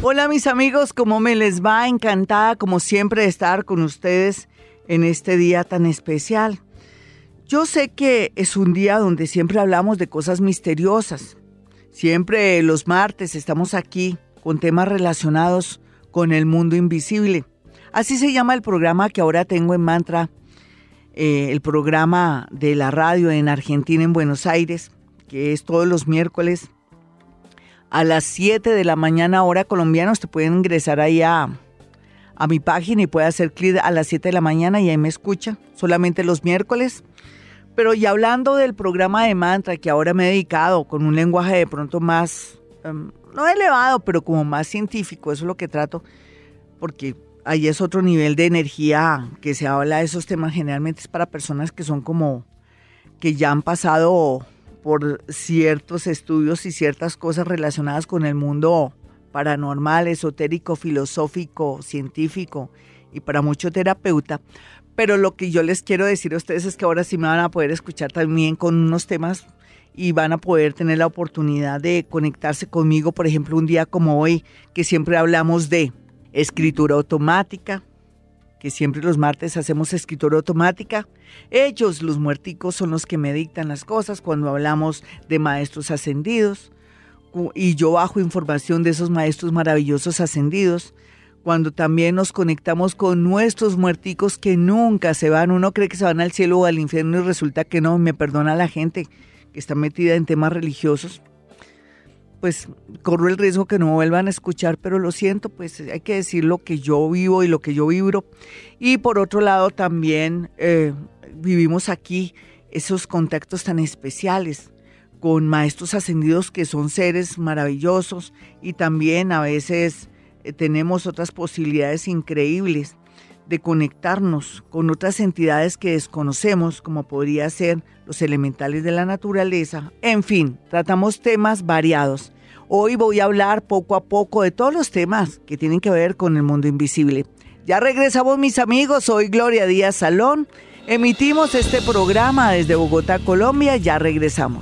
Hola mis amigos, ¿cómo me les va? Encantada como siempre de estar con ustedes en este día tan especial. Yo sé que es un día donde siempre hablamos de cosas misteriosas. Siempre los martes estamos aquí con temas relacionados con el mundo invisible. Así se llama el programa que ahora tengo en Mantra, el programa de la radio en Argentina, en Buenos Aires, que es todos los miércoles a las 7 de la mañana, hora colombiana. Usted puede ingresar ahí a mi página y puede hacer clic a las 7 de la mañana y ahí me escucha, solamente los miércoles. Pero ya hablando del programa de Mantra, que ahora me he dedicado con un lenguaje de pronto más, no elevado, pero como más científico, eso es lo que trato, porque ahí es otro nivel de energía que se habla de esos temas. Generalmente es para personas que son como, que ya han pasado por ciertos estudios y ciertas cosas relacionadas con el mundo paranormal, esotérico, filosófico, científico y para mucho terapeuta. Pero lo que yo les quiero decir a ustedes es que ahora sí me van a poder escuchar también con unos temas y van a poder tener la oportunidad de conectarse conmigo, por ejemplo, un día como hoy, que siempre hablamos de escritura automática, que siempre los martes hacemos escritura automática. Ellos, los muerticos, son los que me dictan las cosas cuando hablamos de maestros ascendidos, y yo bajo información de esos maestros maravillosos ascendidos. Cuando también nos conectamos con nuestros muerticos que nunca se van. Uno cree que se van al cielo o al infierno y resulta que no. Me perdona la gente que está metida en temas religiosos. Pues corro el riesgo que no me vuelvan a escuchar, pero lo siento, pues hay que decir lo que yo vivo y lo que yo vibro. Y por otro lado también vivimos aquí esos contactos tan especiales con maestros ascendidos que son seres maravillosos, y también a veces tenemos otras posibilidades increíbles de conectarnos con otras entidades que desconocemos, como podría ser los elementales de la naturaleza. En fin, tratamos temas variados. Hoy voy a hablar poco a poco de todos los temas que tienen que ver con el mundo invisible. Ya regresamos, mis amigos. Soy Gloria Díaz Salón. Emitimos este programa desde Bogotá, Colombia. Ya regresamos.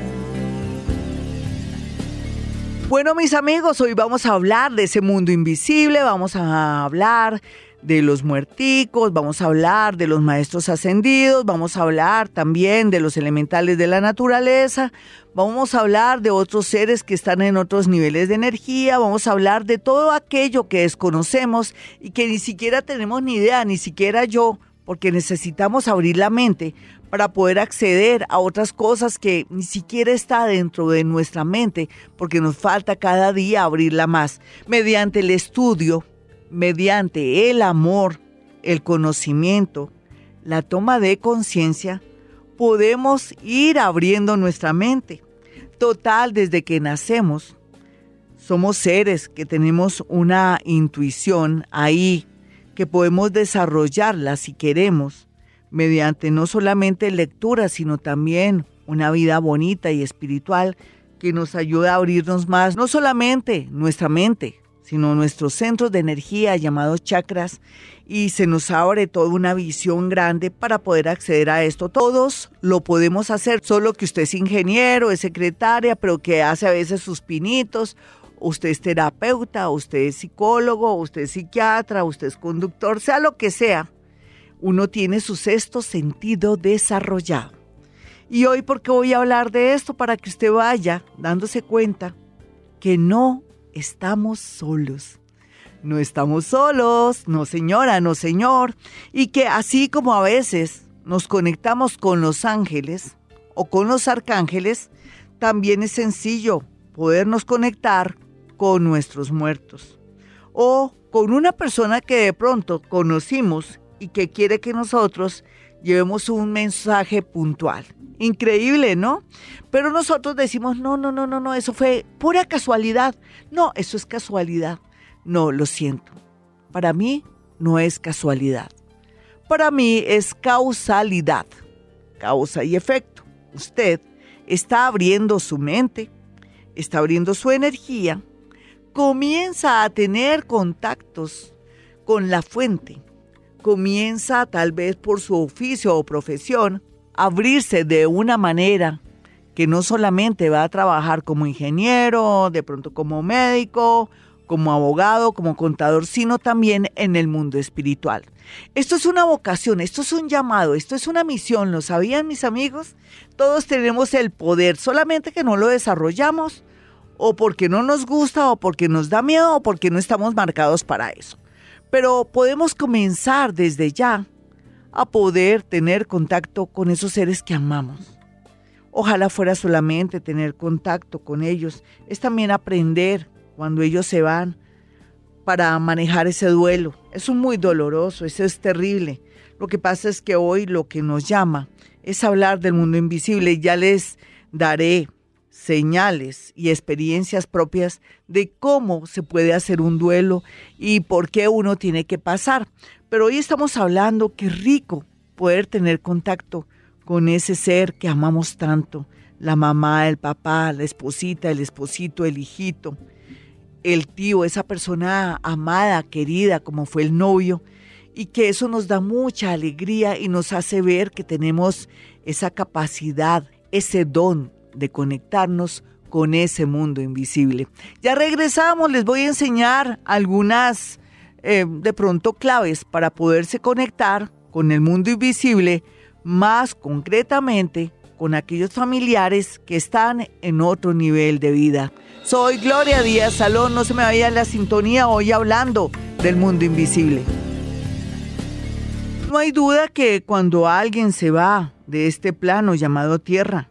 Bueno, mis amigos, hoy vamos a hablar de ese mundo invisible, vamos a hablar de los muerticos, vamos a hablar de los maestros ascendidos, vamos a hablar también de los elementales de la naturaleza, vamos a hablar de otros seres que están en otros niveles de energía, vamos a hablar de todo aquello que desconocemos y que ni siquiera tenemos ni idea, ni siquiera yo, porque necesitamos abrir la mente para poder acceder a otras cosas que ni siquiera está dentro de nuestra mente, porque nos falta cada día abrirla más, mediante el estudio, mediante el amor, el conocimiento, la toma de conciencia, podemos ir abriendo nuestra mente. Total, desde que nacemos, somos seres que tenemos una intuición ahí, que podemos desarrollarla si queremos, mediante no solamente lectura, sino también una vida bonita y espiritual que nos ayuda a abrirnos más, no solamente nuestra mente, sino nuestros centros de energía llamados chakras, y se nos abre toda una visión grande para poder acceder a esto. Todos lo podemos hacer, solo que usted es ingeniero, es secretaria, pero que hace a veces sus pinitos. Usted es terapeuta, usted es psicólogo, usted es psiquiatra, usted es conductor, sea lo que sea. Uno tiene su sexto sentido desarrollado. Y hoy, ¿por qué voy a hablar de esto? Para que usted vaya dándose cuenta que no estamos solos. No estamos solos, no señora, no señor. Y que así como a veces nos conectamos con los ángeles o con los arcángeles, también es sencillo podernos conectar con nuestros muertos. O con una persona que de pronto conocimos y que quiere que nosotros llevemos un mensaje puntual. Increíble, ¿no? Pero nosotros decimos, no, eso fue pura casualidad. No, eso es casualidad. No, lo siento. Para mí no es casualidad. Para mí es causalidad. Causa y efecto. Usted está abriendo su mente, está abriendo su energía, comienza a tener contactos con la fuente. Comienza, tal vez por su oficio o profesión, a abrirse de una manera que no solamente va a trabajar como ingeniero, de pronto como médico, como abogado, como contador, sino también en el mundo espiritual. Esto es una vocación, esto es un llamado, esto es una misión, ¿lo sabían mis amigos? Todos tenemos el poder, solamente que no lo desarrollamos, o porque no nos gusta, o porque nos da miedo, o porque no estamos marcados para eso. Pero podemos comenzar desde ya a poder tener contacto con esos seres que amamos. Ojalá fuera solamente tener contacto con ellos, es también aprender cuando ellos se van para manejar ese duelo. Eso es muy doloroso, eso es terrible. Lo que pasa es que hoy lo que nos llama es hablar del mundo invisible. Ya les daré señales y experiencias propias de cómo se puede hacer un duelo y por qué uno tiene que pasar. Pero hoy estamos hablando, qué rico poder tener contacto con ese ser que amamos tanto, la mamá, el papá, la esposita, el esposito, el hijito, el tío, esa persona amada, querida, como fue el novio, y que eso nos da mucha alegría y nos hace ver que tenemos esa capacidad, ese don de conectarnos con ese mundo invisible. Ya regresamos, les voy a enseñar algunas de pronto claves para poderse conectar con el mundo invisible, más concretamente con aquellos familiares que están en otro nivel de vida. Soy Gloria Díaz Salón, no se me vaya la sintonía hoy hablando del mundo invisible. No hay duda que cuando alguien se va de este plano llamado Tierra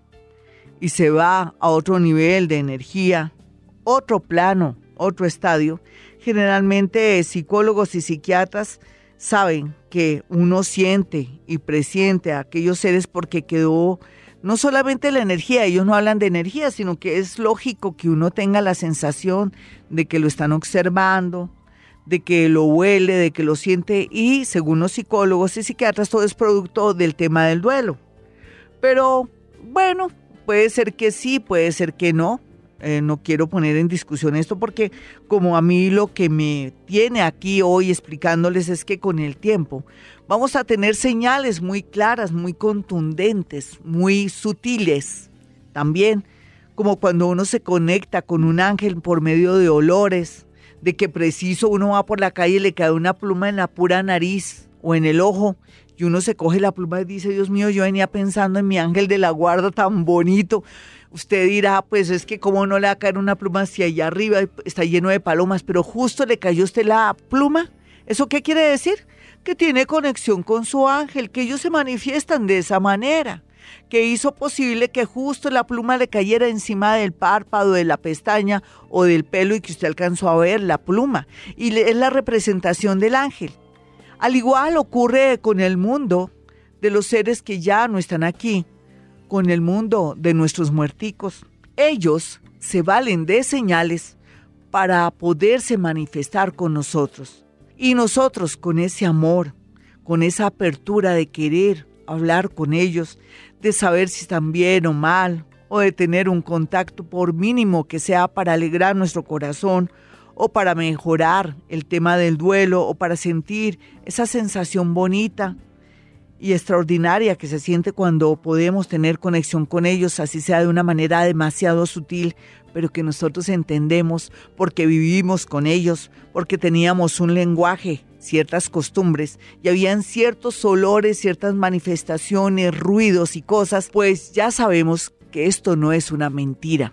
y se va a otro nivel de energía, otro plano, otro estadio, generalmente psicólogos y psiquiatras saben que uno siente y presiente a aquellos seres porque quedó no solamente la energía, ellos no hablan de energía, sino que es lógico que uno tenga la sensación de que lo están observando, de que lo huele, de que lo siente y según los psicólogos y psiquiatras todo es producto del tema del duelo. Pero bueno, puede ser que sí, puede ser que no. No quiero poner en discusión esto porque como a mí lo que me tiene aquí hoy explicándoles es que con el tiempo vamos a tener señales muy claras, muy contundentes, muy sutiles. También como cuando uno se conecta con un ángel por medio de olores, de que preciso uno va por la calle y le cae una pluma en la pura nariz o en el ojo y uno se coge la pluma y dice, Dios mío, yo venía pensando en mi ángel de la guarda tan bonito. Usted dirá, pues es que cómo no le va a caer una pluma hacia allá arriba, está lleno de palomas, pero justo le cayó a usted la pluma. ¿Eso qué quiere decir? Que tiene conexión con su ángel, que ellos se manifiestan de esa manera, que hizo posible que justo la pluma le cayera encima del párpado, de la pestaña o del pelo y que usted alcanzó a ver la pluma. Y es la representación del ángel. Al igual ocurre con el mundo de los seres que ya no están aquí, con el mundo de nuestros muerticos. Ellos se valen de señales para poderse manifestar con nosotros. Y nosotros con ese amor, con esa apertura de querer hablar con ellos, de saber si están bien o mal, o de tener un contacto por mínimo que sea para alegrar nuestro corazón, o para mejorar el tema del duelo, o para sentir esa sensación bonita y extraordinaria que se siente cuando podemos tener conexión con ellos, así sea de una manera demasiado sutil, pero que nosotros entendemos porque vivimos con ellos, porque teníamos un lenguaje, ciertas costumbres, y habían ciertos olores, ciertas manifestaciones, ruidos y cosas, pues ya sabemos que esto no es una mentira.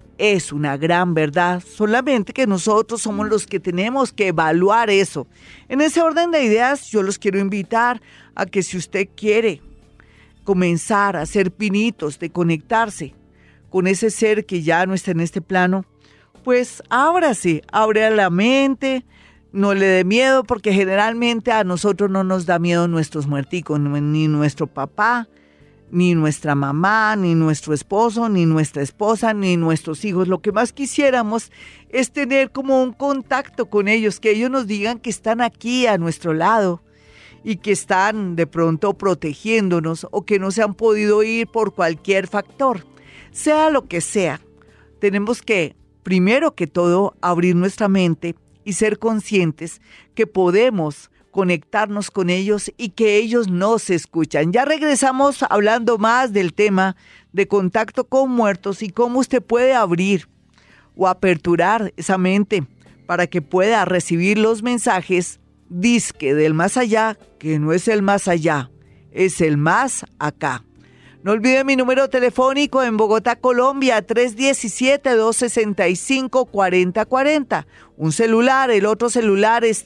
Es una gran verdad, solamente que nosotros somos los que tenemos que evaluar eso. En ese orden de ideas, yo los quiero invitar a que si usted quiere comenzar a hacer pinitos de conectarse con ese ser que ya no está en este plano, pues ábrase, abre la mente, no le dé miedo, porque generalmente a nosotros no nos da miedo nuestros muerticos, ni nuestro papá, ni nuestra mamá, ni nuestro esposo, ni nuestra esposa, ni nuestros hijos. Lo que más quisiéramos es tener como un contacto con ellos, que ellos nos digan que están aquí a nuestro lado y que están de pronto protegiéndonos o que no se han podido ir por cualquier factor. Sea lo que sea, tenemos que, primero que todo, abrir nuestra mente y ser conscientes que podemos conectarnos con ellos y que ellos nos escuchan. Ya regresamos hablando más del tema de contacto con muertos y cómo usted puede abrir o aperturar esa mente para que pueda recibir los mensajes disque del más allá, que no es el más allá, es el más acá. No olvide mi número telefónico en Bogotá, Colombia, 317-265-4040. Un celular, el otro celular es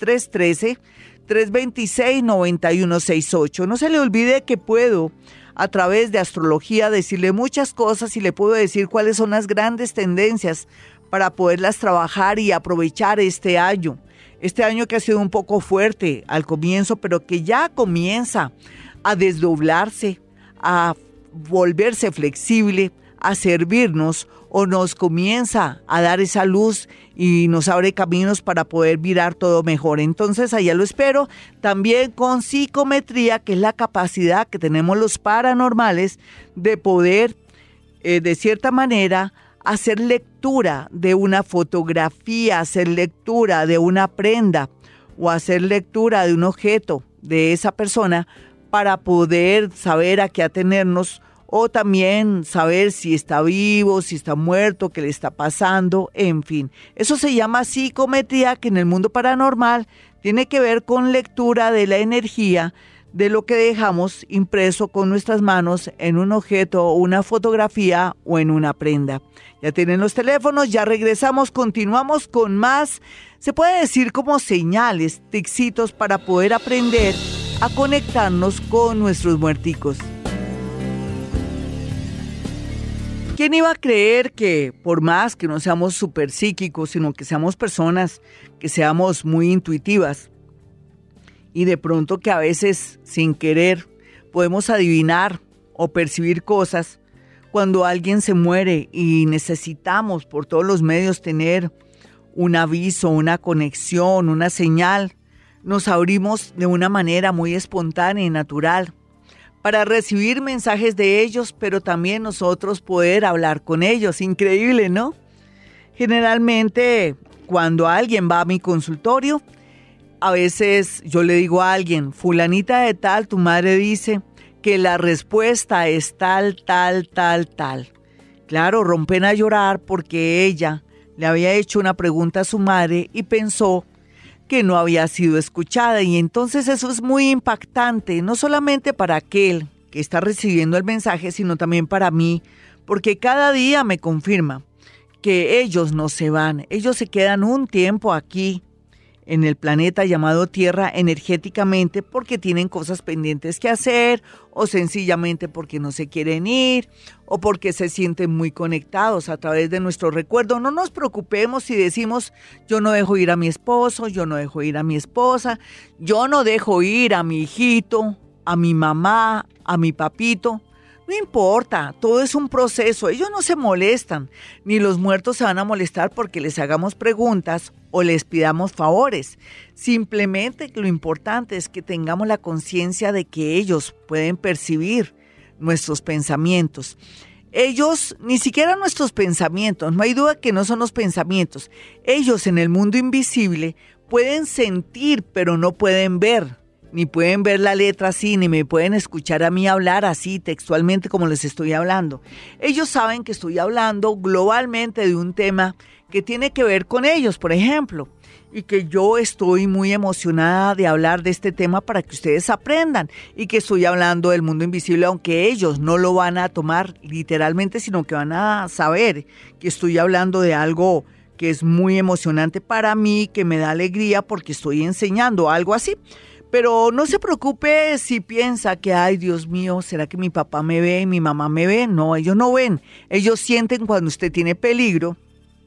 313-326-9168. No se le olvide que puedo, a través de astrología, decirle muchas cosas y le puedo decir cuáles son las grandes tendencias para poderlas trabajar y aprovechar este año. Este año que ha sido un poco fuerte al comienzo, pero que ya comienza a desdoblarse, a volverse flexible, a servirnos, o nos comienza a dar esa luz y nos abre caminos para poder mirar todo mejor. Entonces allá lo espero, también con psicometría, que es la capacidad que tenemos los paranormales de poder, de cierta manera, hacer lectura de una fotografía, hacer lectura de una prenda o hacer lectura de un objeto de esa persona para poder saber a qué atenernos, o también saber si está vivo, si está muerto, qué le está pasando, en fin. Eso se llama psicometría, que en el mundo paranormal tiene que ver con lectura de la energía de lo que dejamos impreso con nuestras manos en un objeto, una fotografía o en una prenda. Ya tienen los teléfonos, ya regresamos, continuamos con más, se puede decir como señales, ticsitos para poder aprender a conectarnos con nuestros muerticos. ¿Quién iba a creer que por más que no seamos súper psíquicos, sino que seamos personas, que seamos muy intuitivas y de pronto que a veces sin querer podemos adivinar o percibir cosas cuando alguien se muere y necesitamos por todos los medios tener un aviso, una conexión, una señal, nos abrimos de una manera muy espontánea y natural para recibir mensajes de ellos, pero también nosotros poder hablar con ellos? Increíble, ¿no? Generalmente, cuando alguien va a mi consultorio, a veces yo le digo a alguien, fulanita de tal, tu madre dice que la respuesta es tal, tal, tal, tal. Claro, rompen a llorar porque ella le había hecho una pregunta a su madre y pensó que no había sido escuchada, y entonces eso es muy impactante, no solamente para aquel que está recibiendo el mensaje, sino también para mí, porque cada día me confirma que ellos no se van, ellos se quedan un tiempo aquí en el planeta llamado Tierra energéticamente porque tienen cosas pendientes que hacer, o sencillamente porque no se quieren ir, o porque se sienten muy conectados a través de nuestro recuerdo. No nos preocupemos si decimos, yo no dejo ir a mi esposo, yo no dejo ir a mi esposa, yo no dejo ir a mi hijito, a mi mamá, a mi papito. No importa, todo es un proceso, ellos no se molestan, ni los muertos se van a molestar porque les hagamos preguntas o les pidamos favores. Simplemente lo importante es que tengamos la conciencia de que ellos pueden percibir nuestros pensamientos. Ellos, ni siquiera nuestros pensamientos, no hay duda que no son los pensamientos. Ellos en el mundo invisible pueden sentir, pero no pueden ver. Ni pueden ver la letra así, ni me pueden escuchar a mí hablar así textualmente como les estoy hablando. Ellos saben que estoy hablando globalmente de un tema que tiene que ver con ellos, por ejemplo, y que yo estoy muy emocionada de hablar de este tema para que ustedes aprendan, y que estoy hablando del mundo invisible, aunque ellos no lo van a tomar literalmente, sino que van a saber que estoy hablando de algo que es muy emocionante para mí, que me da alegría porque estoy enseñando algo así. Pero no se preocupe si piensa que, ay, Dios mío, ¿será que mi papá me ve, mi mamá me ve? No, ellos no ven. Ellos sienten cuando usted tiene peligro.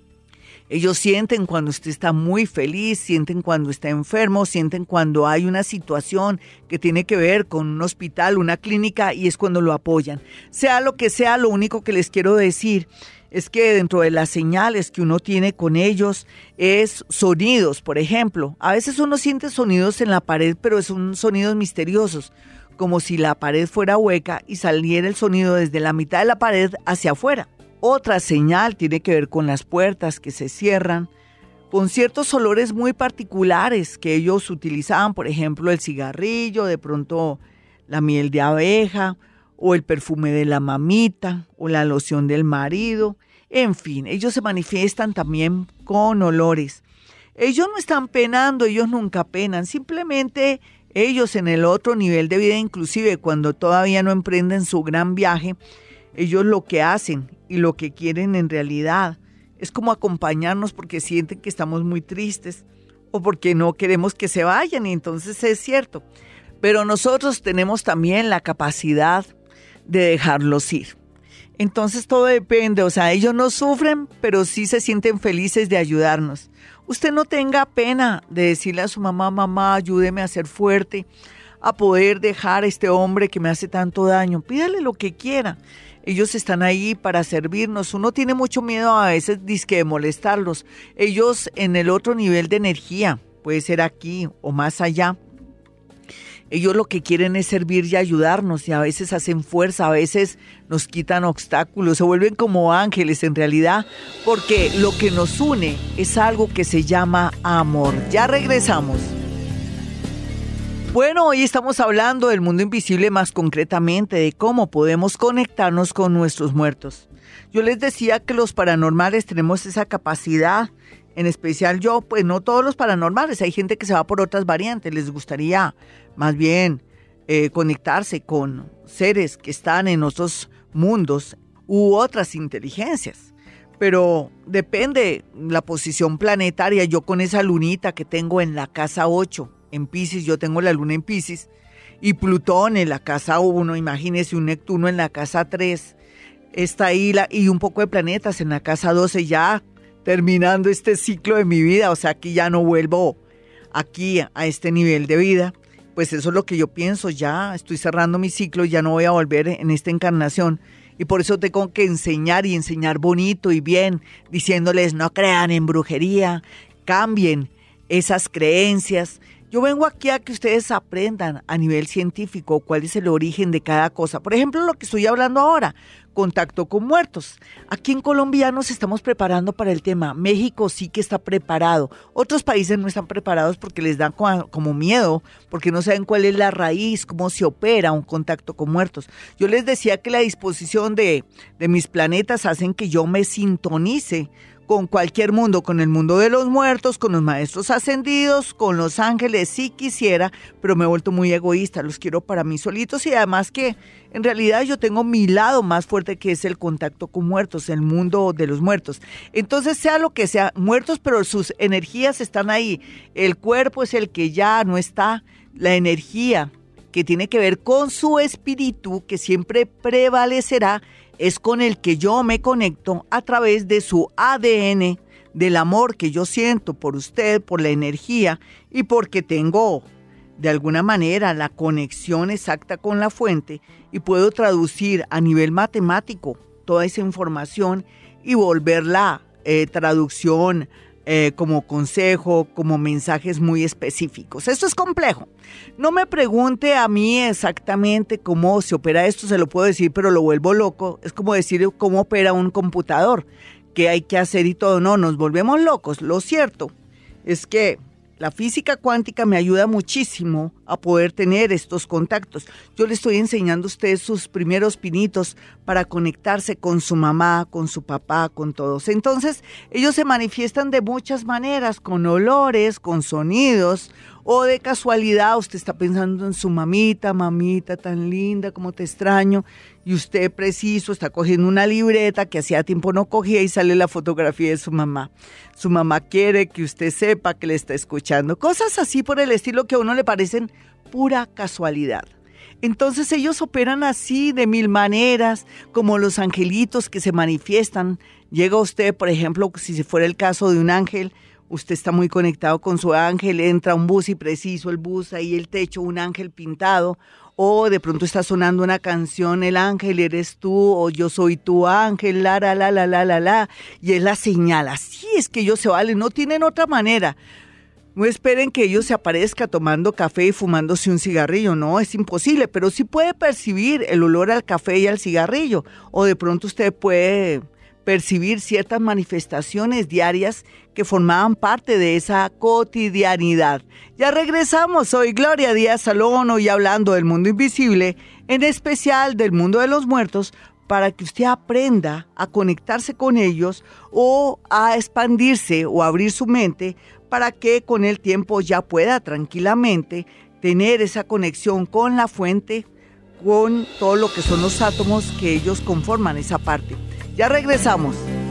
Ellos sienten cuando usted está muy feliz, sienten cuando está enfermo, sienten cuando hay una situación que tiene que ver con un hospital, una clínica, y es cuando lo apoyan. Sea lo que sea, lo único que les quiero decir es que dentro de las señales que uno tiene con ellos es sonidos, por ejemplo. A veces uno siente sonidos en la pared, pero son sonidos misteriosos, como si la pared fuera hueca y saliera el sonido desde la mitad de la pared hacia afuera. Otra señal tiene que ver con las puertas que se cierran, con ciertos olores muy particulares que ellos utilizaban, por ejemplo, el cigarrillo, de pronto la miel de abeja, o el perfume de la mamita, o la loción del marido. En fin, ellos se manifiestan también con olores. Ellos no están penando, ellos nunca penan, simplemente ellos en el otro nivel de vida, inclusive cuando todavía no emprenden su gran viaje, ellos lo que hacen y lo que quieren en realidad es como acompañarnos porque sienten que estamos muy tristes o porque no queremos que se vayan, y entonces es cierto. Pero nosotros tenemos también la capacidad de dejarlos ir. Entonces todo depende, o sea, ellos no sufren, pero sí se sienten felices de ayudarnos. Usted no tenga pena de decirle a su mamá, mamá, ayúdeme a ser fuerte, a poder dejar a este hombre que me hace tanto daño. Pídale lo que quiera. Ellos están ahí para servirnos. Uno tiene mucho miedo a veces dizque de molestarlos. Ellos en el otro nivel de energía, puede ser aquí o más allá, ellos lo que quieren es servir y ayudarnos, y a veces hacen fuerza, a veces nos quitan obstáculos, se vuelven como ángeles en realidad, porque lo que nos une es algo que se llama amor. Ya regresamos. Bueno, hoy estamos hablando del mundo invisible, más concretamente de cómo podemos conectarnos con nuestros muertos. Yo les decía que los paranormales tenemos esa capacidad, en especial yo, pues no todos los paranormales, hay gente que se va por otras variantes, les gustaría más bien conectarse con seres que están en otros mundos u otras inteligencias. Pero depende la posición planetaria. Yo con esa lunita que tengo en la casa 8, en Piscis, yo tengo la luna en Piscis, y Plutón en la casa 1, imagínese un Neptuno en la casa 3, está ahí y un poco de planetas en la casa 12, ya terminando este ciclo de mi vida, o sea que ya no vuelvo aquí a este nivel de vida. Pues eso es lo que yo pienso, ya estoy cerrando mi ciclo, ya no voy a volver en esta encarnación. Y por eso tengo que enseñar y enseñar bonito y bien, diciéndoles no crean en brujería, cambien esas creencias. Yo vengo aquí a que ustedes aprendan a nivel científico cuál es el origen de cada cosa. Por ejemplo, lo que estoy hablando ahora, contacto con muertos. Aquí en Colombia nos estamos preparando para el tema. México sí que está preparado. Otros países no están preparados porque les dan como miedo, porque no saben cuál es la raíz, cómo se opera un contacto con muertos. Yo les decía que la disposición de mis planetas hacen que yo me sintonice con cualquier mundo, con el mundo de los muertos, con los maestros ascendidos, con los ángeles, si quisiera, pero me he vuelto muy egoísta, los quiero para mí solitos, y además que en realidad yo tengo mi lado más fuerte, que es el contacto con muertos, el mundo de los muertos. Entonces, sea lo que sea, muertos, pero sus energías están ahí. El cuerpo es el que ya no está, la energía que tiene que ver con su espíritu, que siempre prevalecerá, es con el que yo me conecto a través de su ADN, del amor que yo siento por usted, por la energía, y porque tengo de alguna manera la conexión exacta con la fuente y puedo traducir a nivel matemático toda esa información y volverla traducción como consejo, como mensajes muy específicos. Esto es complejo. No me pregunte a mí exactamente cómo se opera esto, se lo puedo decir, pero lo vuelvo loco. Es como decir cómo opera un computador, qué hay que hacer y todo. No, nos volvemos locos. Lo cierto es que la física cuántica me ayuda muchísimo a poder tener estos contactos. Yo le estoy enseñando a ustedes sus primeros pinitos para conectarse con su mamá, con su papá, con todos. Entonces, ellos se manifiestan de muchas maneras, con olores, con sonidos, o de casualidad usted está pensando en su mamita, mamita tan linda, cómo te extraño, y usted preciso está cogiendo una libreta que hacía tiempo no cogía y sale la fotografía de su mamá. Su mamá quiere que usted sepa que le está escuchando. Cosas así por el estilo que a uno le parecen pura casualidad. Entonces ellos operan así de mil maneras, como los angelitos que se manifiestan. Llega usted, por ejemplo, si fuera el caso de un ángel, usted está muy conectado con su ángel, entra un bus y preciso el bus, ahí el techo, un ángel pintado, o de pronto está sonando una canción, el ángel eres tú, o yo soy tu ángel, la, y es la señal. Así es que ellos se valen, no tienen otra manera. No esperen que ellos se aparezca tomando café y fumándose un cigarrillo, no, es imposible, pero sí puede percibir el olor al café y al cigarrillo, o de pronto usted puede percibir ciertas manifestaciones diarias que formaban parte de esa cotidianidad. Ya regresamos, soy Gloria Díaz Salón, hoy hablando del mundo invisible, en especial del mundo de los muertos, para que usted aprenda a conectarse con ellos o a expandirse o abrir su mente para que con el tiempo ya pueda tranquilamente tener esa conexión con la fuente, con todo lo que son los átomos que ellos conforman esa parte. Ya regresamos.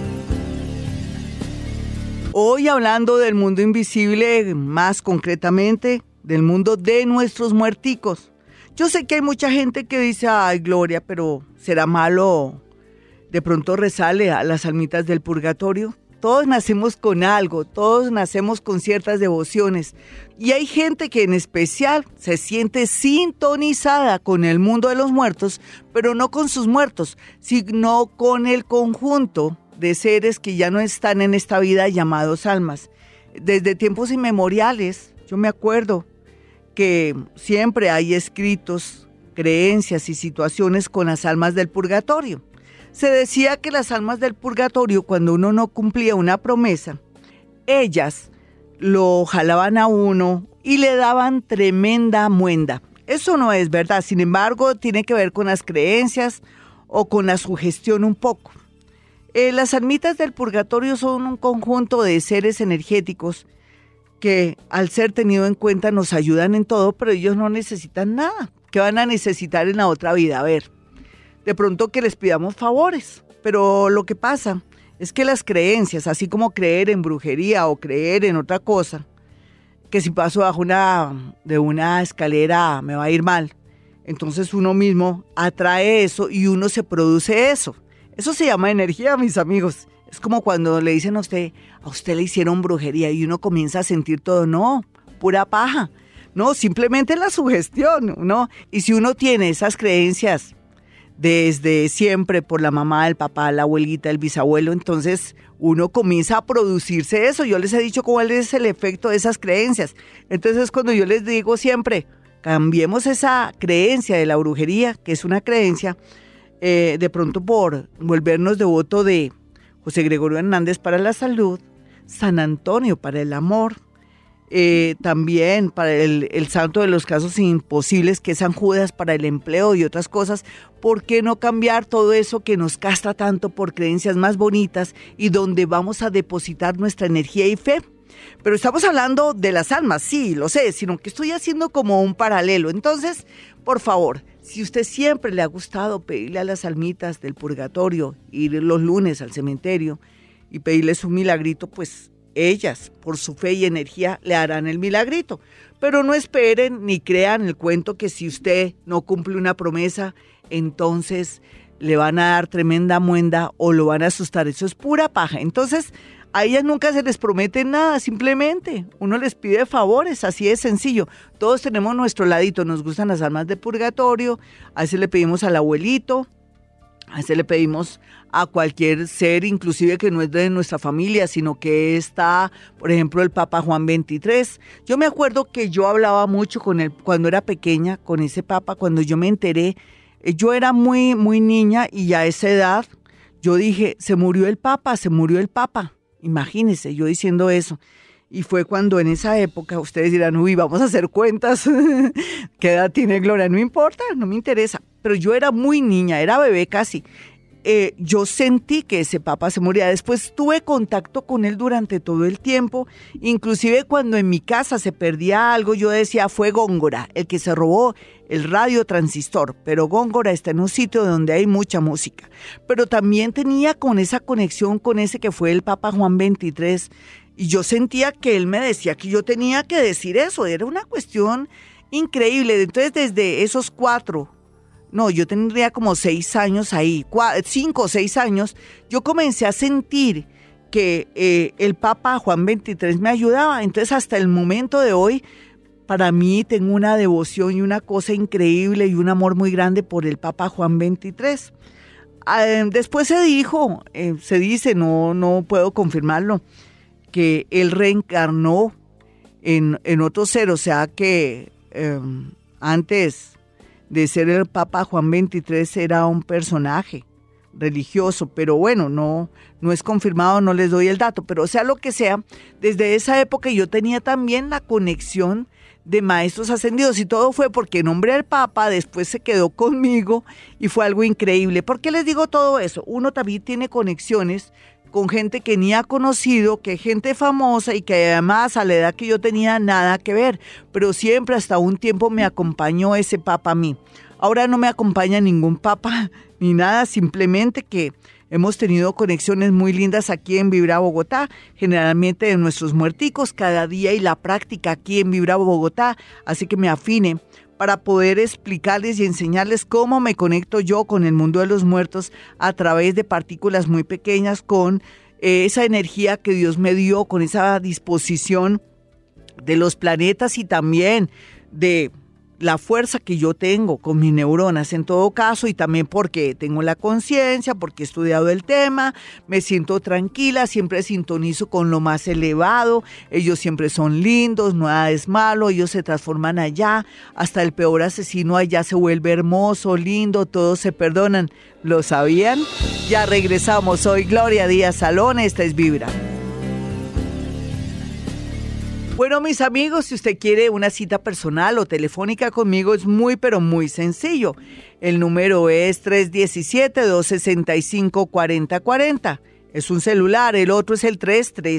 Hoy hablando del mundo invisible, más concretamente del mundo de nuestros muerticos. Yo sé que hay mucha gente que dice, ay Gloria, pero ¿será malo de pronto rezarle a las almitas del purgatorio? Todos nacemos con algo, todos nacemos con ciertas devociones. Y hay gente que en especial se siente sintonizada con el mundo de los muertos, pero no con sus muertos, sino con el conjunto de seres que ya no están en esta vida llamados almas. Desde tiempos inmemoriales, yo me acuerdo que siempre hay escritos, creencias y situaciones con las almas del purgatorio. Se decía que las almas del purgatorio, cuando uno no cumplía una promesa, ellas lo jalaban a uno y le daban tremenda muenda. Eso no es verdad, sin embargo, tiene que ver con las creencias o con la sugestión un poco. Las almitas del purgatorio son un conjunto de seres energéticos que al ser tenido en cuenta nos ayudan en todo, pero ellos no necesitan nada. ¿Qué van a necesitar en la otra vida? A ver, de pronto que les pidamos favores, pero lo que pasa es que las creencias, así como creer en brujería o creer en otra cosa, que si paso bajo de una escalera me va a ir mal, entonces uno mismo atrae eso y uno se produce eso. Eso se llama energía, mis amigos. Es como cuando le dicen a usted le hicieron brujería y uno comienza a sentir todo. No, pura paja. No, simplemente la sugestión, ¿no? Y si uno tiene esas creencias desde siempre por la mamá, el papá, la abuelita, el bisabuelo, entonces uno comienza a producirse eso. Yo les he dicho cuál es el efecto de esas creencias. Entonces cuando yo les digo siempre, cambiemos esa creencia de la brujería, que es una creencia, de pronto por volvernos devoto de José Gregorio Hernández para la salud, San Antonio para el amor, también para el santo de los casos imposibles, que es San Judas para el empleo y otras cosas. ¿Por qué no cambiar todo eso que nos gasta tanto por creencias más bonitas y donde vamos a depositar nuestra energía y fe? Pero estamos hablando de las almas, sí, lo sé, sino que estoy haciendo como un paralelo. Entonces, por favor, si usted siempre le ha gustado pedirle a las almitas del purgatorio, ir los lunes al cementerio y pedirles un milagrito, pues ellas, por su fe y energía, le harán el milagrito. Pero no esperen ni crean el cuento que si usted no cumple una promesa, entonces le van a dar tremenda muenda o lo van a asustar. Eso es pura paja. Entonces, a ellas nunca se les promete nada, simplemente uno les pide favores, así de sencillo. Todos tenemos nuestro ladito, nos gustan las almas de purgatorio, a veces le pedimos al abuelito, a veces le pedimos a cualquier ser, inclusive que no es de nuestra familia, sino que está, por ejemplo, el Papa Juan XXIII. Yo me acuerdo que yo hablaba mucho con él cuando era pequeña, con ese Papa, cuando yo me enteré. Yo era muy, muy niña y a esa edad yo dije, se murió el Papa, se murió el Papa. Imagínense, yo diciendo eso. Y fue cuando en esa época ustedes dirán, uy, vamos a hacer cuentas. ¿Qué edad tiene Gloria? No importa, no me interesa. Pero yo era muy niña, era bebé casi. Yo sentí que ese Papa se moría. Después tuve contacto con él durante todo el tiempo. Inclusive cuando en mi casa se perdía algo, yo decía, fue Góngora, el que se robó el radio transistor. Pero Góngora está en un sitio donde hay mucha música. Pero también tenía con esa conexión con ese que fue el Papa Juan XXIII. Y yo sentía que él me decía que yo tenía que decir eso. Era una cuestión increíble. Entonces desde esos yo tendría como 6 años ahí, 5 o 6 años, yo comencé a sentir que el Papa Juan XXIII me ayudaba. Entonces hasta el momento de hoy, para mí tengo una devoción y una cosa increíble y un amor muy grande por el Papa Juan XXIII. Después se dice, no puedo confirmarlo, que él reencarnó en otro ser, o sea que antes de ser el Papa Juan XXIII era un personaje religioso, pero bueno, no es confirmado, no les doy el dato, pero sea lo que sea, desde esa época yo tenía también la conexión de maestros ascendidos y todo fue porque nombré al Papa, después se quedó conmigo y fue algo increíble. ¿Por qué les digo todo eso? Uno también tiene conexiones con gente que ni ha conocido, que gente famosa y que además a la edad que yo tenía nada que ver, pero siempre hasta un tiempo me acompañó ese papa a mí. Ahora no me acompaña ningún papa ni nada, simplemente que hemos tenido conexiones muy lindas aquí en Vibra Bogotá, generalmente de nuestros muerticos cada día y la práctica aquí en Vibra Bogotá, así que me afine para poder explicarles y enseñarles cómo me conecto yo con el mundo de los muertos a través de partículas muy pequeñas, con esa energía que Dios me dio, con esa disposición de los planetas y también de la fuerza que yo tengo con mis neuronas en todo caso, y también porque tengo la conciencia, porque he estudiado el tema, me siento tranquila, siempre sintonizo con lo más elevado, ellos siempre son lindos, nada es malo, ellos se transforman allá, hasta el peor asesino allá se vuelve hermoso, lindo, todos se perdonan. ¿Lo sabían? Ya regresamos, soy Gloria Díaz Salón, esta es Vibra. Bueno, mis amigos, si usted quiere una cita personal o telefónica conmigo, es muy, pero muy sencillo. El número es 317-265-4040. Es un celular, el otro es el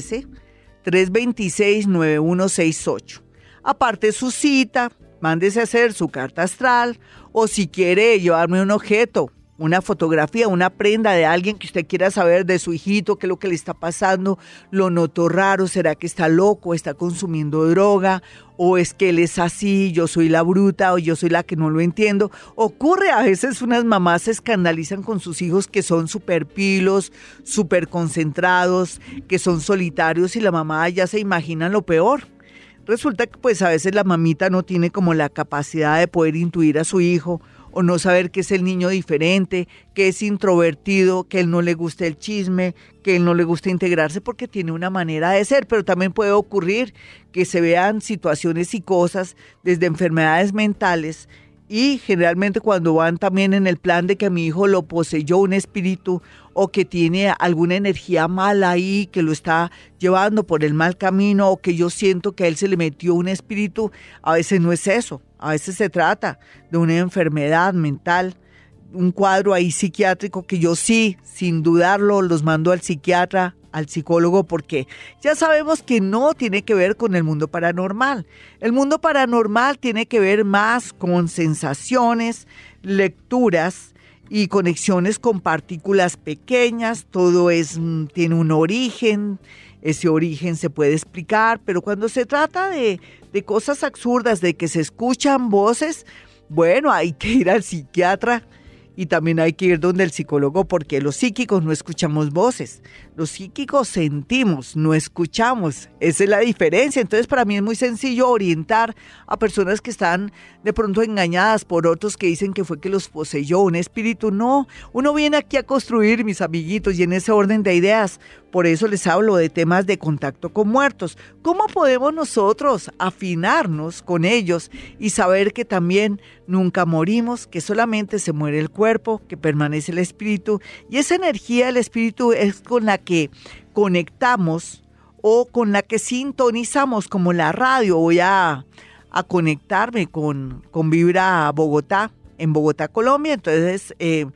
313-326-9168. Aparte su cita, mándese a hacer su carta astral, o si quiere llevarme un objeto, una fotografía, una prenda de alguien que usted quiera saber de su hijito, qué es lo que le está pasando, lo noto raro, será que está loco, está consumiendo droga, o es que él es así, yo soy la bruta, o yo soy la que no lo entiendo. Ocurre, a veces unas mamás se escandalizan con sus hijos que son súper pilos, súper concentrados, que son solitarios, y la mamá ya se imagina lo peor. Resulta que pues a veces la mamita no tiene como la capacidad de poder intuir a su hijo, o no saber que es el niño diferente, que es introvertido, que él no le gusta el chisme, que él no le gusta integrarse porque tiene una manera de ser. Pero también puede ocurrir que se vean situaciones y cosas desde enfermedades mentales, y generalmente cuando van también en el plan de que a mi hijo lo poseyó un espíritu, o que tiene alguna energía mala ahí que lo está llevando por el mal camino, o que yo siento que a él se le metió un espíritu, a veces no es eso. A veces se trata de una enfermedad mental, un cuadro ahí psiquiátrico que yo sí, sin dudarlo, los mando al psiquiatra, al psicólogo, porque ya sabemos que no tiene que ver con el mundo paranormal. El mundo paranormal tiene que ver más con sensaciones, lecturas y conexiones con partículas pequeñas. Todo tiene un origen. Ese origen se puede explicar, pero cuando se trata de cosas absurdas, de que se escuchan voces, bueno, hay que ir al psiquiatra y también hay que ir donde el psicólogo, porque los psíquicos no escuchamos voces, los psíquicos sentimos, no escuchamos, esa es la diferencia. Entonces para mí es muy sencillo orientar a personas que están de pronto engañadas por otros que dicen que fue que los poseyó un espíritu. No, uno viene aquí a construir, mis amiguitos, y en ese orden de ideas. Por eso les hablo de temas de contacto con muertos. ¿Cómo podemos nosotros afinarnos con ellos y saber que también nunca morimos, que solamente se muere el cuerpo, que permanece el espíritu? Y esa energía del espíritu es con la que conectamos o con la que sintonizamos, como la radio. Voy a conectarme con Vibra Bogotá, en Bogotá, Colombia. Entonces,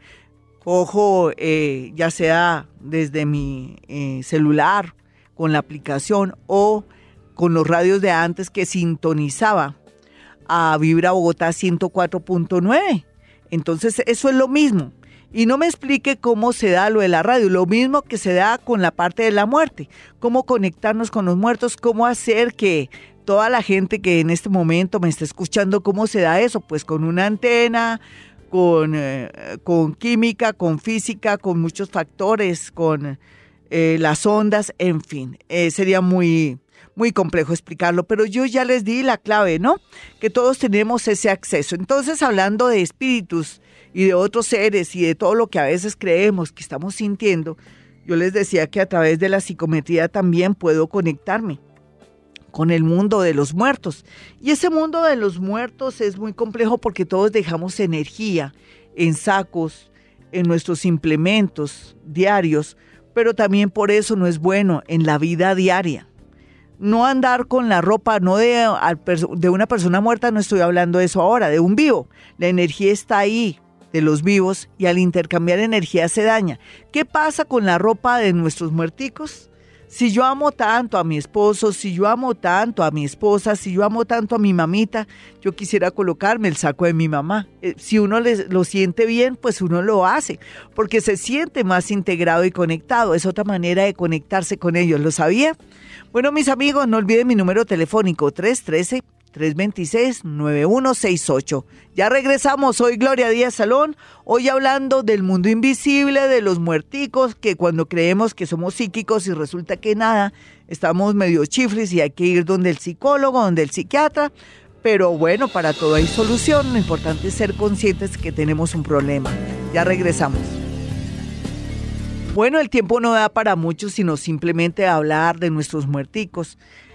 cojo ya sea desde mi celular con la aplicación o con los radios de antes que sintonizaba a Vibra Bogotá 104.9. Entonces eso es lo mismo. Y no me explique cómo se da lo de la radio, lo mismo que se da con la parte de la muerte, cómo conectarnos con los muertos, cómo hacer que toda la gente que en este momento me está escuchando, ¿cómo se da eso? Pues con una antena, con química, con física, con muchos factores, con las ondas, en fin, sería muy complejo explicarlo, pero yo ya les di la clave, ¿no? Que todos tenemos ese acceso. Entonces, hablando de espíritus y de otros seres y de todo lo que a veces creemos que estamos sintiendo, yo les decía que a través de la psicometría también puedo conectarme con el mundo de los muertos. Y ese mundo de los muertos es muy complejo porque todos dejamos energía en sacos, en nuestros implementos diarios, pero también por eso no es bueno en la vida diaria. No andar con la ropa, no de una persona muerta, no estoy hablando de eso ahora, de un vivo. La energía está ahí, de los vivos y al intercambiar energía se daña. ¿Qué pasa con la ropa de nuestros muerticos? Si yo amo tanto a mi esposo, si yo amo tanto a mi esposa, si yo amo tanto a mi mamita, yo quisiera colocarme el saco de mi mamá. Si uno lo siente bien, pues uno lo hace, porque se siente más integrado y conectado. Es otra manera de conectarse con ellos, ¿lo sabía? Bueno, mis amigos, no olviden mi número telefónico 313-326-9168. Ya regresamos, soy Gloria Díaz Salón, hoy hablando del mundo invisible, de los muerticos, que cuando creemos que somos psíquicos y resulta que nada, estamos medio chiflis y hay que ir donde el psicólogo, donde el psiquiatra, pero bueno, para todo hay solución, lo importante es ser conscientes que tenemos un problema. Ya regresamos. Bueno, el tiempo no da para mucho, sino simplemente hablar de nuestros muerticos.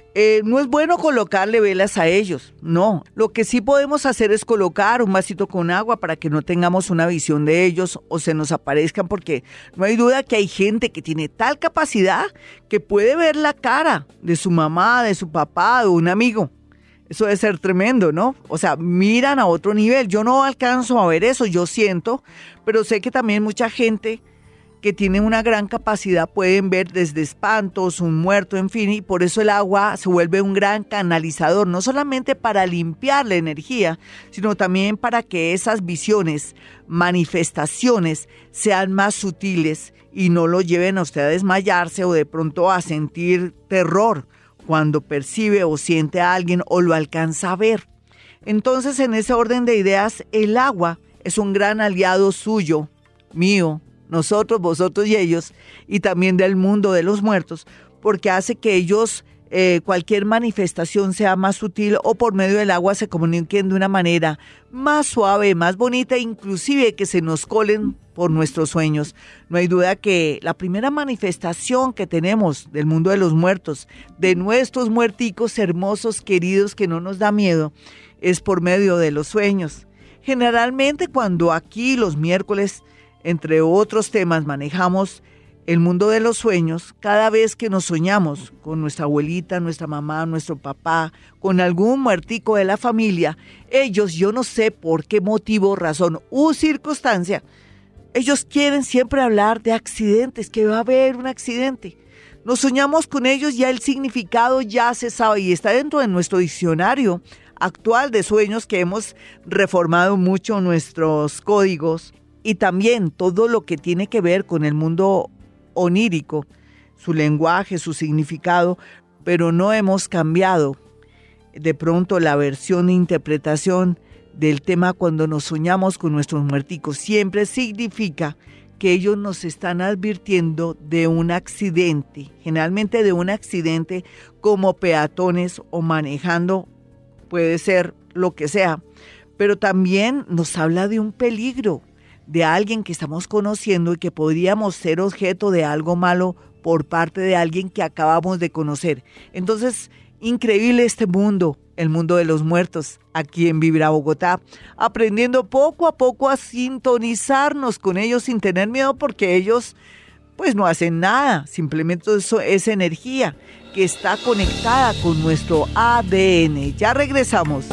No es bueno colocarle velas a ellos, no. Lo que sí podemos hacer es colocar un vasito con agua para que no tengamos una visión de ellos o se nos aparezcan, porque no hay duda que hay gente que tiene tal capacidad que puede ver la cara de su mamá, de su papá, de un amigo. Eso debe ser tremendo, ¿no? O sea, miran a otro nivel. Yo no alcanzo a ver eso, yo siento, pero sé que también mucha gente que tienen una gran capacidad pueden ver desde espantos, un muerto, en fin, y por eso el agua se vuelve un gran canalizador, no solamente para limpiar la energía, sino también para que esas visiones, manifestaciones sean más sutiles y no lo lleven a usted a desmayarse o de pronto a sentir terror cuando percibe o siente a alguien o lo alcanza a ver. Entonces, en ese orden de ideas, el agua es un gran aliado suyo, mío, nosotros, vosotros y ellos, y también del mundo de los muertos, porque hace que ellos, cualquier manifestación sea más sutil o por medio del agua se comuniquen de una manera más suave, más bonita, inclusive que se nos colen por nuestros sueños. No hay duda que la primera manifestación que tenemos del mundo de los muertos, de nuestros muerticos hermosos, queridos, que no nos da miedo, es por medio de los sueños. Generalmente cuando aquí los miércoles, entre otros temas, manejamos el mundo de los sueños, cada vez que nos soñamos con nuestra abuelita, nuestra mamá, nuestro papá, con algún muertico de la familia, ellos, yo no sé por qué motivo, razón u circunstancia, ellos quieren siempre hablar de accidentes, que va a haber un accidente. Nos soñamos con ellos, ya el significado ya se sabe y está dentro de nuestro diccionario actual de sueños, que hemos reformado mucho nuestros códigos. Y también todo lo que tiene que ver con el mundo onírico, su lenguaje, su significado, pero no hemos cambiado de pronto la versión e interpretación del tema cuando nos soñamos con nuestros muerticos. Siempre significa que ellos nos están advirtiendo de un accidente, generalmente de un accidente como peatones o manejando, puede ser lo que sea, pero también nos habla de un peligro, de alguien que estamos conociendo y que podríamos ser objeto de algo malo por parte de alguien que acabamos de conocer. Entonces, increíble este mundo, el mundo de los muertos, aquí en Vibra Bogotá, aprendiendo poco a poco a sintonizarnos con ellos sin tener miedo, porque ellos pues no hacen nada, simplemente eso es energía que está conectada con nuestro ADN. Ya regresamos.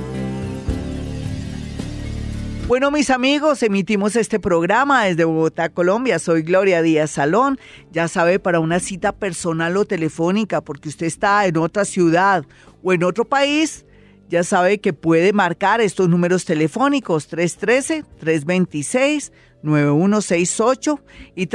Bueno, mis amigos, emitimos este programa desde Bogotá, Colombia. Soy Gloria Díaz Salón. Ya sabe, para una cita personal o telefónica, porque usted está en otra ciudad o en otro país, ya sabe que puede marcar estos números telefónicos 313-326-9168 y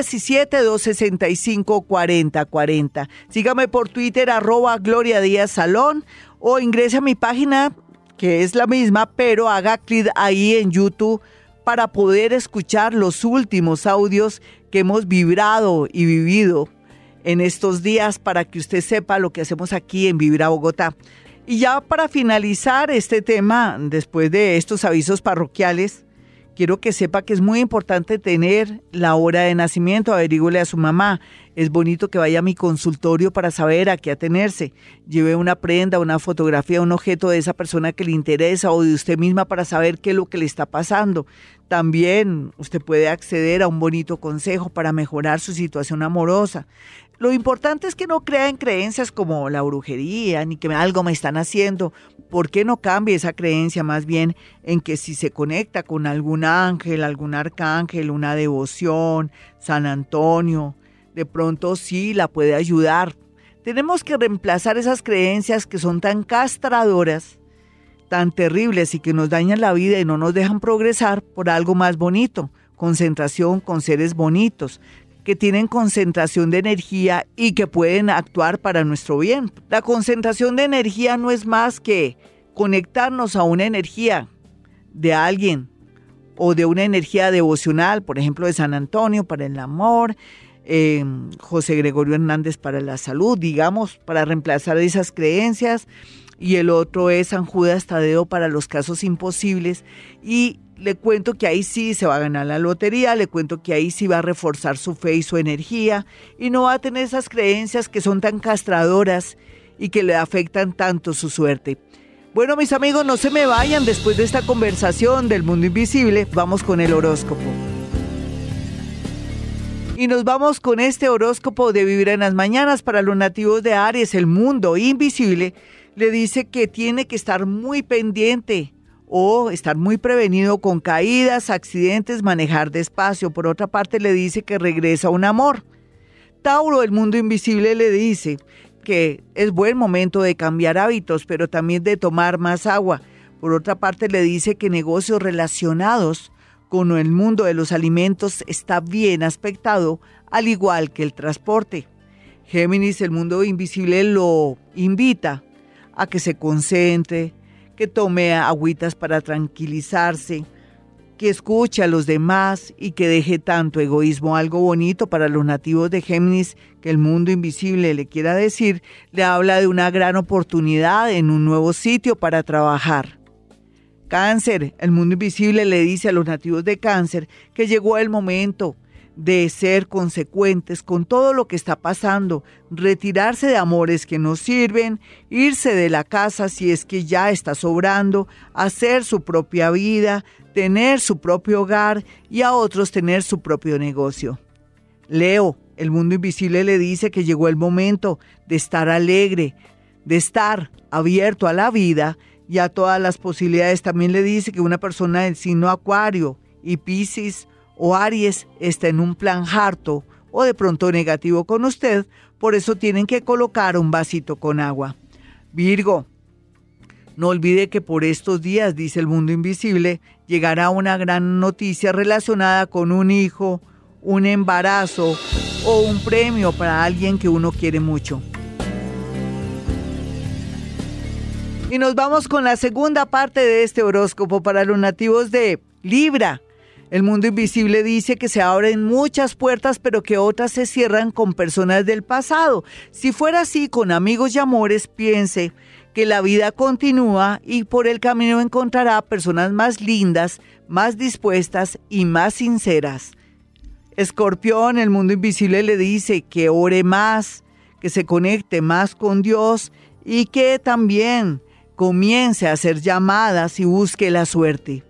317-265-4040. Sígame por Twitter, @Gloria Díaz Salón, o ingrese a mi página, que es la misma, pero haga clic ahí en YouTube para poder escuchar los últimos audios que hemos vibrado y vivido en estos días, para que usted sepa lo que hacemos aquí en Vibra Bogotá. Y ya para finalizar este tema, después de estos avisos parroquiales, quiero que sepa que es muy importante tener la hora de nacimiento. Averígüele a su mamá. Es bonito que vaya a mi consultorio para saber a qué atenerse. Lleve una prenda, una fotografía, un objeto de esa persona que le interesa o de usted misma para saber qué es lo que le está pasando. También usted puede acceder a un bonito consejo para mejorar su situación amorosa. Lo importante es que no crea en creencias como la brujería, ni que algo me están haciendo, ¿por qué no cambia esa creencia más bien en que si se conecta con algún ángel, algún arcángel, una devoción, San Antonio, de pronto sí la puede ayudar? Tenemos que reemplazar esas creencias que son tan castradoras, tan terribles y que nos dañan la vida y no nos dejan progresar por algo más bonito, concentración con seres bonitos, que tienen concentración de energía y que pueden actuar para nuestro bien. La concentración de energía no es más que conectarnos a una energía de alguien o de una energía devocional, por ejemplo de San Antonio para el amor, José Gregorio Hernández para la salud, digamos, para reemplazar esas creencias, y el otro es San Judas Tadeo para los casos imposibles. Y le cuento que ahí sí se va a ganar la lotería, le cuento que ahí sí va a reforzar su fe y su energía y no va a tener esas creencias que son tan castradoras y que le afectan tanto su suerte. Bueno, mis amigos, no se me vayan. Después de esta conversación del mundo invisible, vamos con el horóscopo. Y nos vamos con este horóscopo de Vibra en las Mañanas para los nativos de Aries. El mundo invisible le dice que tiene que estar muy pendiente o estar muy prevenido con caídas, accidentes, manejar despacio. Por otra parte, le dice que regresa un amor. Tauro, el mundo invisible le dice que es buen momento de cambiar hábitos, pero también de tomar más agua. Por otra parte, le dice que negocios relacionados con el mundo de los alimentos está bien aspectado, al igual que el transporte. Géminis, el mundo invisible lo invita a que se concentre, que tome agüitas para tranquilizarse, que escuche a los demás y que deje tanto egoísmo. Algo bonito para los nativos de Géminis que el mundo invisible le quiera decir, le habla de una gran oportunidad en un nuevo sitio para trabajar. Cáncer, el mundo invisible le dice a los nativos de Cáncer que llegó el momento de ser consecuentes con todo lo que está pasando, retirarse de amores que no sirven, irse de la casa si es que ya está sobrando, hacer su propia vida, tener su propio hogar y a otros tener su propio negocio. Leo, el mundo invisible le dice que llegó el momento de estar alegre, de estar abierto a la vida y a todas las posibilidades. También le dice que una persona del signo Acuario y Piscis o Aries está en un plan harto o de pronto negativo con usted, por eso tienen que colocar un vasito con agua. Virgo, no olvide que por estos días, dice el mundo invisible, llegará una gran noticia relacionada con un hijo, un embarazo o un premio para alguien que uno quiere mucho. Y nos vamos con la segunda parte de este horóscopo para los nativos de Libra. El mundo invisible dice que se abren muchas puertas, pero que otras se cierran con personas del pasado. Si fuera así, con amigos y amores, piense que la vida continúa y por el camino encontrará personas más lindas, más dispuestas y más sinceras. Escorpión, el mundo invisible le dice que ore más, que se conecte más con Dios y que también comience a hacer llamadas y busque la suerte.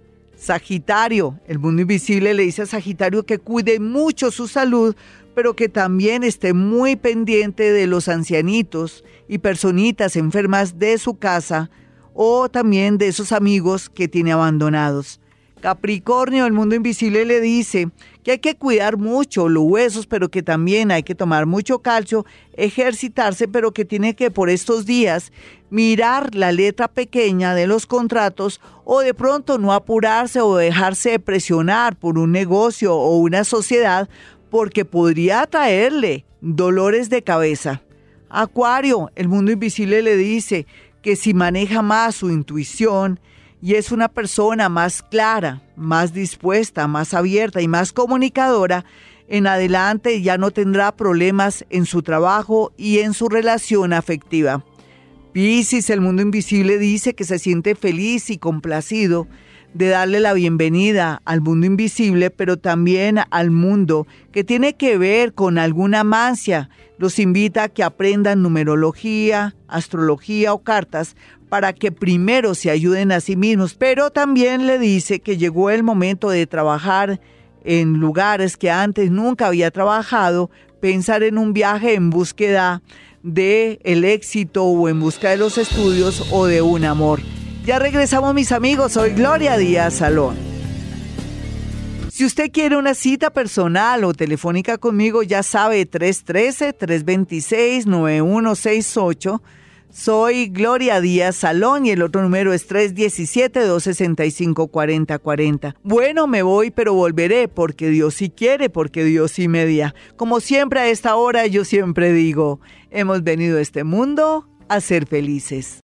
Sagitario, el mundo invisible le dice a Sagitario que cuide mucho su salud, pero que también esté muy pendiente de los ancianitos y personitas enfermas de su casa o también de esos amigos que tiene abandonados. Capricornio, el mundo invisible le dice que hay que cuidar mucho los huesos, pero que también hay que tomar mucho calcio, ejercitarse, pero que tiene que por estos días mirar la letra pequeña de los contratos o de pronto no apurarse o dejarse presionar por un negocio o una sociedad porque podría traerle dolores de cabeza. Acuario, el mundo invisible le dice que si maneja más su intuición y es una persona más clara, más dispuesta, más abierta y más comunicadora, en adelante ya no tendrá problemas en su trabajo y en su relación afectiva. Piscis, el mundo invisible dice que se siente feliz y complacido de darle la bienvenida al mundo invisible, pero también al mundo que tiene que ver con alguna mancia. Los invita a que aprendan numerología, astrología o cartas para que primero se ayuden a sí mismos, pero también le dice que llegó el momento de trabajar en lugares que antes nunca había trabajado, pensar en un viaje en búsqueda de el éxito o en busca de los estudios o de un amor. Ya regresamos, mis amigos. Soy Gloria Díaz Salón. Si usted quiere una cita personal o telefónica conmigo, ya sabe, 313-326-9168. Soy Gloria Díaz Salón y el otro número es 317-265-4040. Bueno, me voy, pero volveré porque Dios sí quiere, porque Dios sí media. Como siempre a esta hora yo siempre digo, hemos venido a este mundo a ser felices.